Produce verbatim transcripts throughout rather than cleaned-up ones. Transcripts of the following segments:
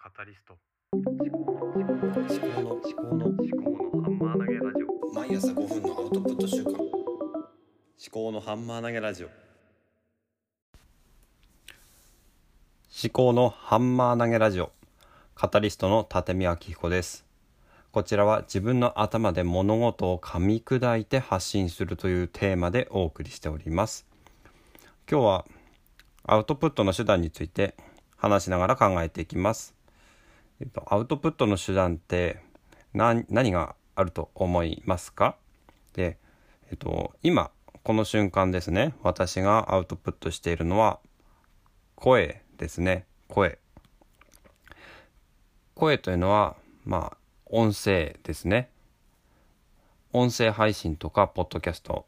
カタリスト思考の思考の思考のハンマー投げラジオ。 毎朝ごふんのアウトプット週間。 思考のハンマー投げラジオ。思考のハンマー投げラジオ。カタリストの立見明彦です。こちらは自分の頭で物事を噛み砕いて発信するというテーマでお送りしております。今日はアウトプットの手段について話しながら考えていきます。えっと、アウトプットの手段って何、何があると思いますか？で、えっと、今この瞬間ですね、私がアウトプットしているのは声ですね。声声というのはまあ音声ですね。音声配信とかポッドキャスト、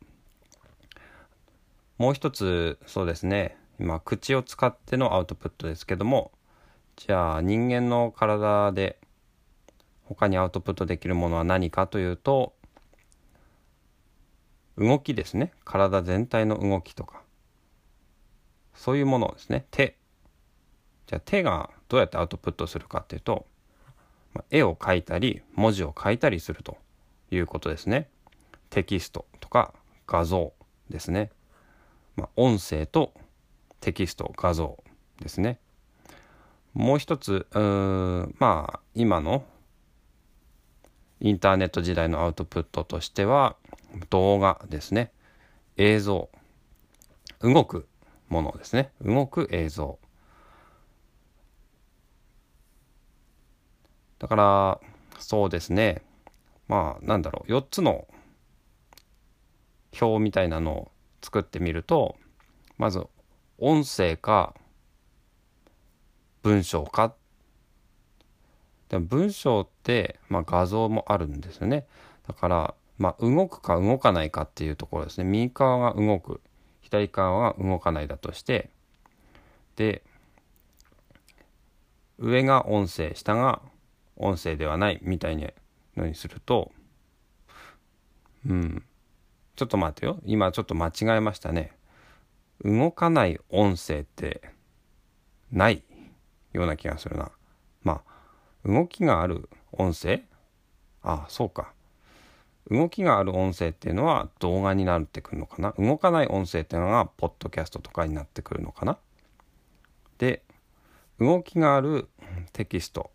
もう一つそうですね、今口を使ってのアウトプットですけども、じゃあ人間の体で他にアウトプットできるものは何かというと、動きですね。体全体の動きとかそういうものですね。手じゃあ手がどうやってアウトプットするかっていうと、絵を描いたり文字を書いたりするということですね。テキストとか画像ですね。まあ、音声とテキスト画像ですね。もう一つ、うーんまあ今のインターネット時代のアウトプットとしては動画ですね。映像、動くものですね。動く映像だから、そうですね、まあなんだろう、よっつの表みたいなのを作ってみると、まず音声か文章か。でも文章って、まあ、画像もあるんですよね。だから、まあ、動くか動かないかっていうところですね。右側が動く、左側が動かないだとして、で上が音声、下が音声ではないみたいなのにすると、うんちょっと待ってよ、今ちょっと間違えましたね。動かない音声ってないような気がするな。まあ動きがある音声、ああそうか、動きがある音声っていうのは動画になってくるのかな。動かない音声っていうのがポッドキャストとかになってくるのかな。で動きがあるテキスト、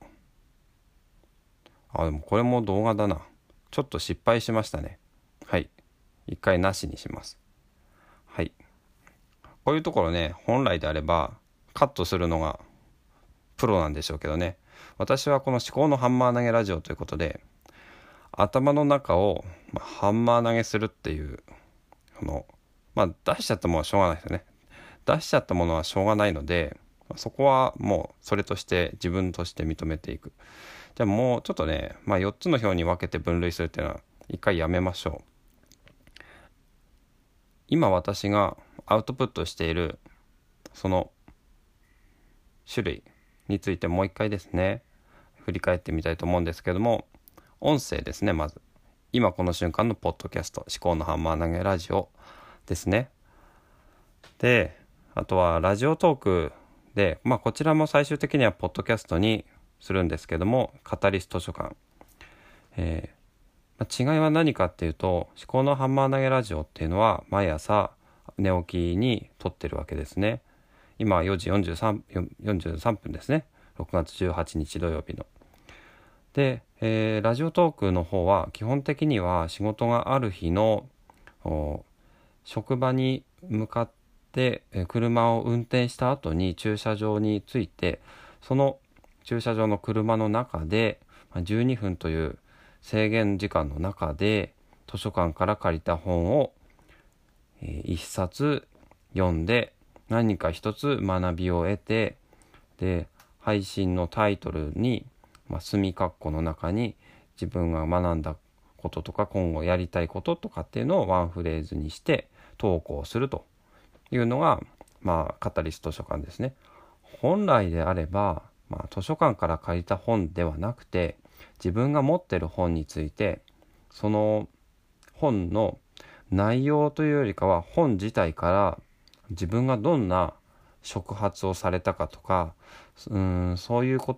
あでもこれも動画だな。ちょっと失敗しましたね。はい、一回なしにします。はい、こういうところね、本来であればカットするのがプロなんでしょうけどね、私はこの思考のハンマー投げラジオということで、頭の中を、まあ、ハンマー投げするっていう、このまあ出しちゃったものはしょうがないですよね。出しちゃったものはしょうがないので、そこはもうそれとして自分として認めていく。じゃあもうちょっとね、まあ、よっつの表に分けて分類するっていうのは一回やめましょう。今私がアウトプットしているその種類についてもう一回ですね、振り返ってみたいと思うんですけども、音声ですね。まず今この瞬間のポッドキャスト、思考のハンマー投げラジオですね。であとはラジオトークで、まあこちらも最終的にはポッドキャストにするんですけども、カタリスト図書館、えーまあ、違いは何かっていうと、思考のハンマー投げラジオっていうのは毎朝寝起きに撮ってるわけですね。今よじよんじゅうさんぷんですね。ろくがつじゅうはちにち土曜日の。で、えー、ラジオトークの方は基本的には仕事がある日の職場に向かって車を運転した後に駐車場に着いて、その駐車場の車の中でじゅうにふんという制限時間の中で図書館から借りた本をいっさつ読んで、何か一つ学びを得て、で配信のタイトルに、まあ、墨括弧の中に自分が学んだこととか今後やりたいこととかっていうのをワンフレーズにして投稿するというのが、まあ、カタリスト図書館ですね。本来であれば、まあ、図書館から借りた本ではなくて、自分が持ってる本について、その本の内容というよりかは本自体から自分がどんな触発をされたかとか、うーんそういうこと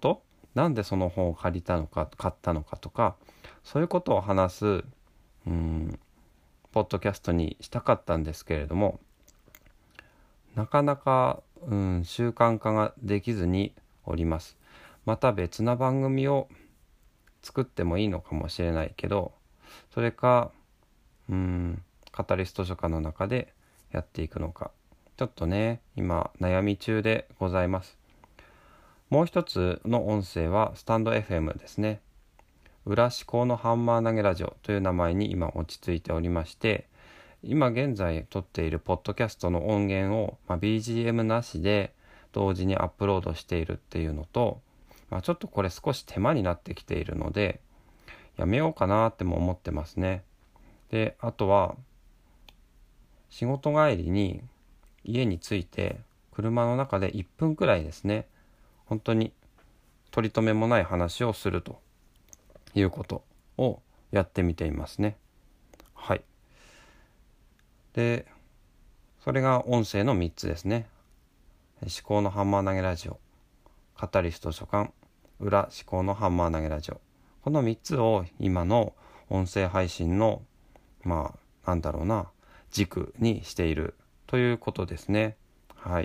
なんでその本を借りたのか買ったのかとか、そういうことを話すうーんポッドキャストにしたかったんですけれども、なかなか、うん、習慣化ができずにおります。また別な番組を作ってもいいのかもしれないけど、それかうーんカタリスト書館の中でやっていくのか、ちょっとね今悩み中でございます。もう一つの音声はスタンド エフエム ですね。裏思考のハンマー投げラジオという名前に今落ち着いておりまして、今現在撮っているポッドキャストの音源を、まあ、ビージーエム なしで同時にアップロードしているっていうのと、まあ、ちょっとこれ少し手間になってきているのでやめようかなっても思ってますね。で、あとは仕事帰りに家に着いて車の中でいっぷんくらいですね、本当に取り留めもない話をするということをやってみていますね。はい。で、それが音声のみっつですね。思考のハンマー投げラジオ、カタリスト書簡、裏思考のハンマー投げラジオ。このみっつを今の音声配信のまあなんだろうな軸にしているということですね。はい。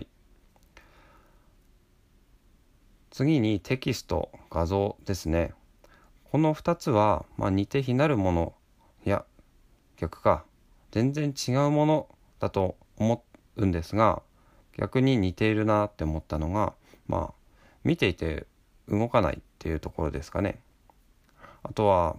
次にテキスト、画像ですね。このふたつは、まあ、似て非なるもの、いや逆か全然違うものだと思うんですが、逆に似ているなって思ったのが、まあ見ていて動かないっていうところですかね。あとは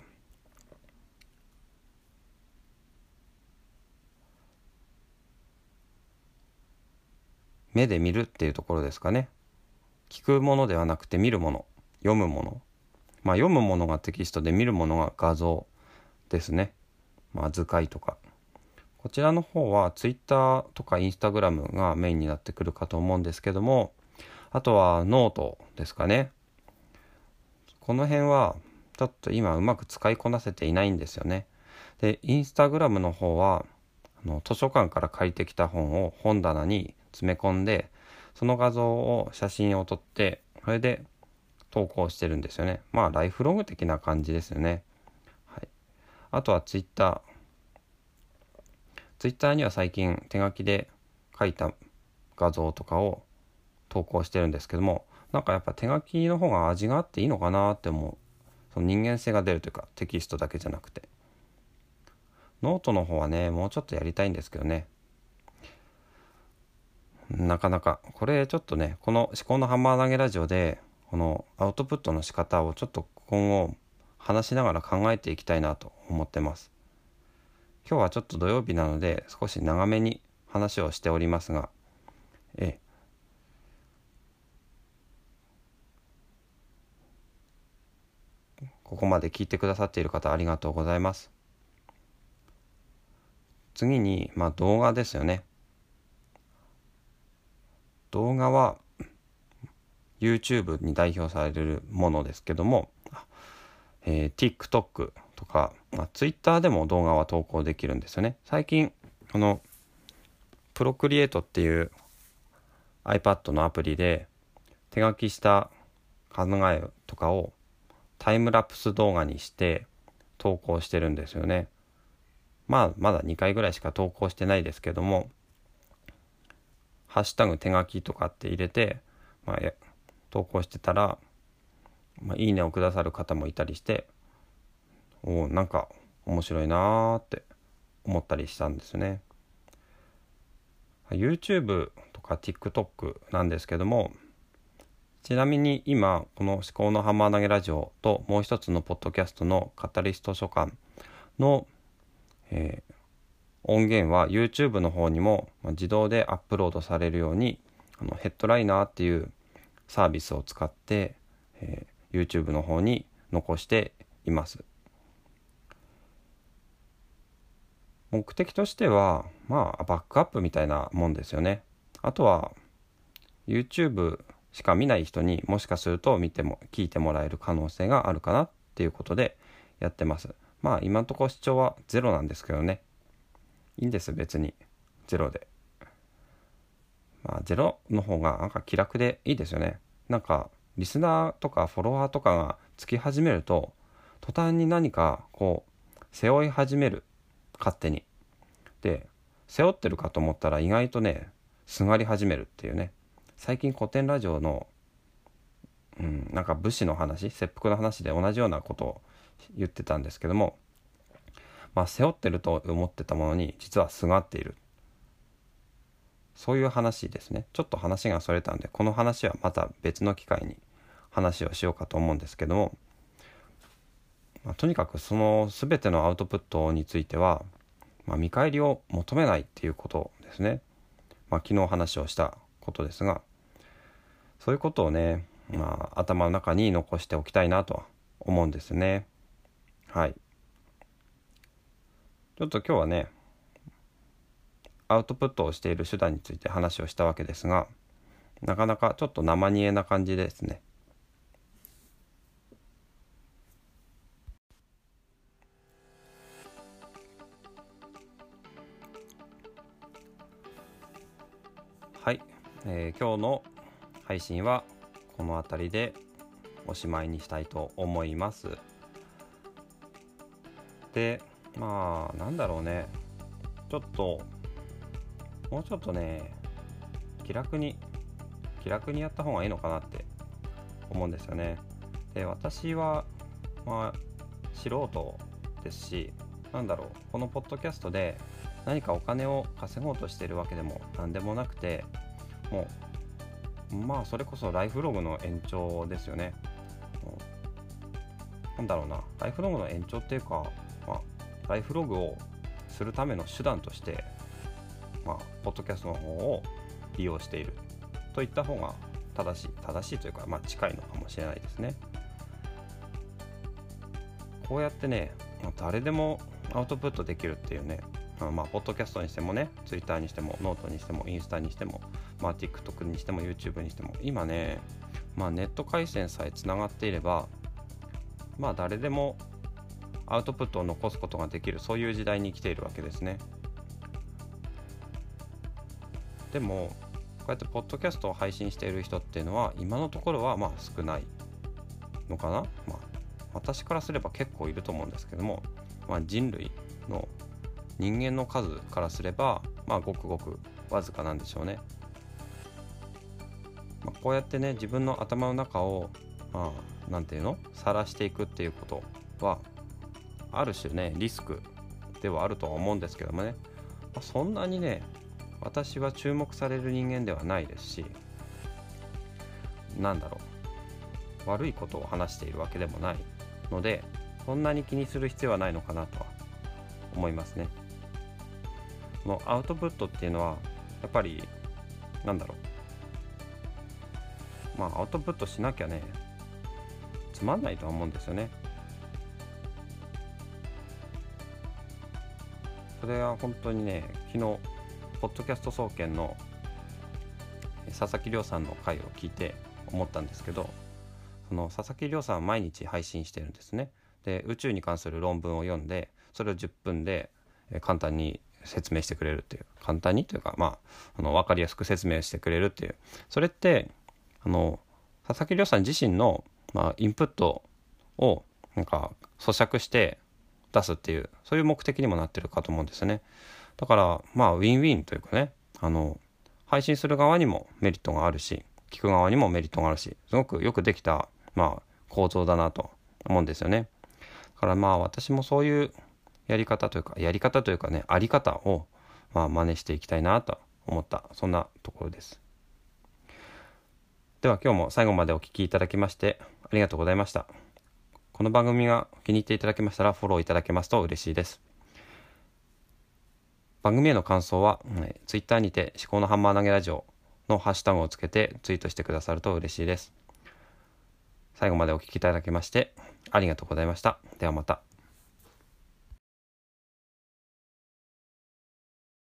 目で見るっていうところですかね。聞くものではなくて見るもの、読むもの、まあ読むものがテキストで見るものが画像ですね。まあ図解とか、こちらの方はツイッターとかインスタグラムがメインになってくるかと思うんですけども、あとはノートですかね。この辺はちょっと今うまく使いこなせていないんですよね。で、インスタグラムの方はあの図書館から借りてきた本を本棚に詰め込んで、その画像を写真を撮ってそれで投稿してるんですよね。まあライフログ的な感じですよね。はい、あとはツイッターツイッターには最近手書きで書いた画像とかを投稿してるんですけども、なんかやっぱ手書きの方が味があっていいのかなって思う。その人間性が出るというか、テキストだけじゃなくて。ノートの方はねもうちょっとやりたいんですけどね、なかなかこれちょっとね、この思考のハンマー投げラジオでこのアウトプットの仕方をちょっと今後話しながら考えていきたいなと思ってます。今日はちょっと土曜日なので少し長めに話をしておりますが、えここまで聞いてくださっている方ありがとうございます。次に、まあ、動画ですよね。動画は YouTube に代表されるものですけども、えー、TikTok とか、まあ、Twitter でも動画は投稿できるんですよね。最近このプロクリエイトっていう iPad のアプリで手書きした考えとかをタイムラプス動画にして投稿してるんですよね。まあまだにかいぐらいしか投稿してないですけども、ハッシュタグ手書きとかって入れて、まあ、投稿してたら、まあ、いいねをくださる方もいたりして、おなんか面白いなーって思ったりしたんですね。 YouTube とか TikTok なんですけども、ちなみに今この思考のハンマー投げラジオともう一つのポッドキャストのカタリスト書館の、えー、音源は YouTube の方にも自動でアップロードされるように、あのヘッドライナーっていうサービスを使って、えー、YouTube の方に残しています。目的としてはまあバックアップみたいなもんですよね。あとは YouTube しか見ない人にもしかすると見ても聞いてもらえる可能性があるかなっていうことでやってます。まあ今のところ視聴はゼロなんですけどね、いいんです別にゼロで。まあゼロの方がなんか気楽でいいですよね。なんかリスナーとかフォロワーとかがつき始めると、途端に何かこう背負い始める、勝手に。で背負ってるかと思ったら意外とねすがり始めるっていうね。最近古典ラジオの、うん、なんか武士の話、切腹の話で同じようなことを言ってたんですけども、まあ背負ってると思ってたものに実はすがっている、そういう話ですね。ちょっと話がそれたんで、この話はまた別の機会に話をしようかと思うんですけども、まあ、とにかくその全てのアウトプットについては、まあ、見返りを求めないっていうことですね。まあ、昨日話をしたことですが、そういうことをね、まあ、頭の中に残しておきたいなとは思うんですね。はい。ちょっと今日はね、アウトプットをしている手段について話をしたわけですが、なかなかちょっと生煮えな感じですね。はい、えー、今日の配信はこの辺りでおしまいにしたいと思います。で、まあなんだろうね、ちょっともうちょっとね気楽に気楽にやった方がいいのかなって思うんですよね。で、私はまあ素人ですし、なんだろう、このポッドキャストで何かお金を稼ごうとしているわけでも何でもなくて、もうまあそれこそライフログの延長ですよね。なんだろうな、ライフログの延長っていうか、まあ、ライフログをするための手段として、まあ、ポッドキャストの方を利用しているといった方が正しい正しいというか、まあ、近いのかもしれないですね。こうやってね、誰でもアウトプットできるっていうね、まあ、ポッドキャストにしてもね、ツイッターにしても、ノートにしても、インスタにしても、まあ、TikTok にしても、YouTube にしても、今ね、まあ、ネット回線さえつながっていれば、まあ、誰でもアウトプットを残すことができる、そういう時代に来ているわけですね。でも、こうやってポッドキャストを配信している人っていうのは、今のところはまあ少ないのかな。まあ、私からすれば結構いると思うんですけども、まあ、人類の人間の数からすれば、まあ、ごくごくわずかなんでしょうね。まあ、こうやってね、自分の頭の中を、まあ、なんていうの、晒していくっていうことは、ある種ね、リスクではあるとは思うんですけどもね、まあ、そんなにね、私は注目される人間ではないですし、なんだろう、悪いことを話しているわけでもないので、そんなに気にする必要はないのかなとは思いますね。このアウトプットっていうのはやっぱりなんだろう、まあアウトプットしなきゃねつまんないとは思うんですよね。それは本当にね、昨日ポッドキャスト総研の佐々木亮さんの回を聞いて思ったんですけど、その佐々木亮さんは毎日配信してるんですね。で、宇宙に関する論文を読んで、それをじゅっぷんで簡単に説明してくれるっていう、簡単にというか、まあ、あの分かりやすく説明してくれるっていう、それってあの佐々木亮さん自身の、まあ、インプットをなんか咀嚼して出すっていう、そういう目的にもなってるかと思うんですよね。だからまあウィンウィンというかね、あの配信する側にもメリットがあるし、聞く側にもメリットがあるし、すごくよくできた、まあ、構造だなと思うんですよね。だからまあ私もそういうやり方というかやり方というかね、あり方をまあ真似していきたいなと思った、そんなところです。では今日も最後までお聞きいただきましてありがとうございました。この番組が気に入っていただけましたらフォローいただけますと嬉しいです。番組への感想は、えー、ツイッターにて至高のハンマー投げラジオのハッシュタグをつけてツイートしてくださると嬉しいです。最後までお聞きいただきましてありがとうございました。ではまた。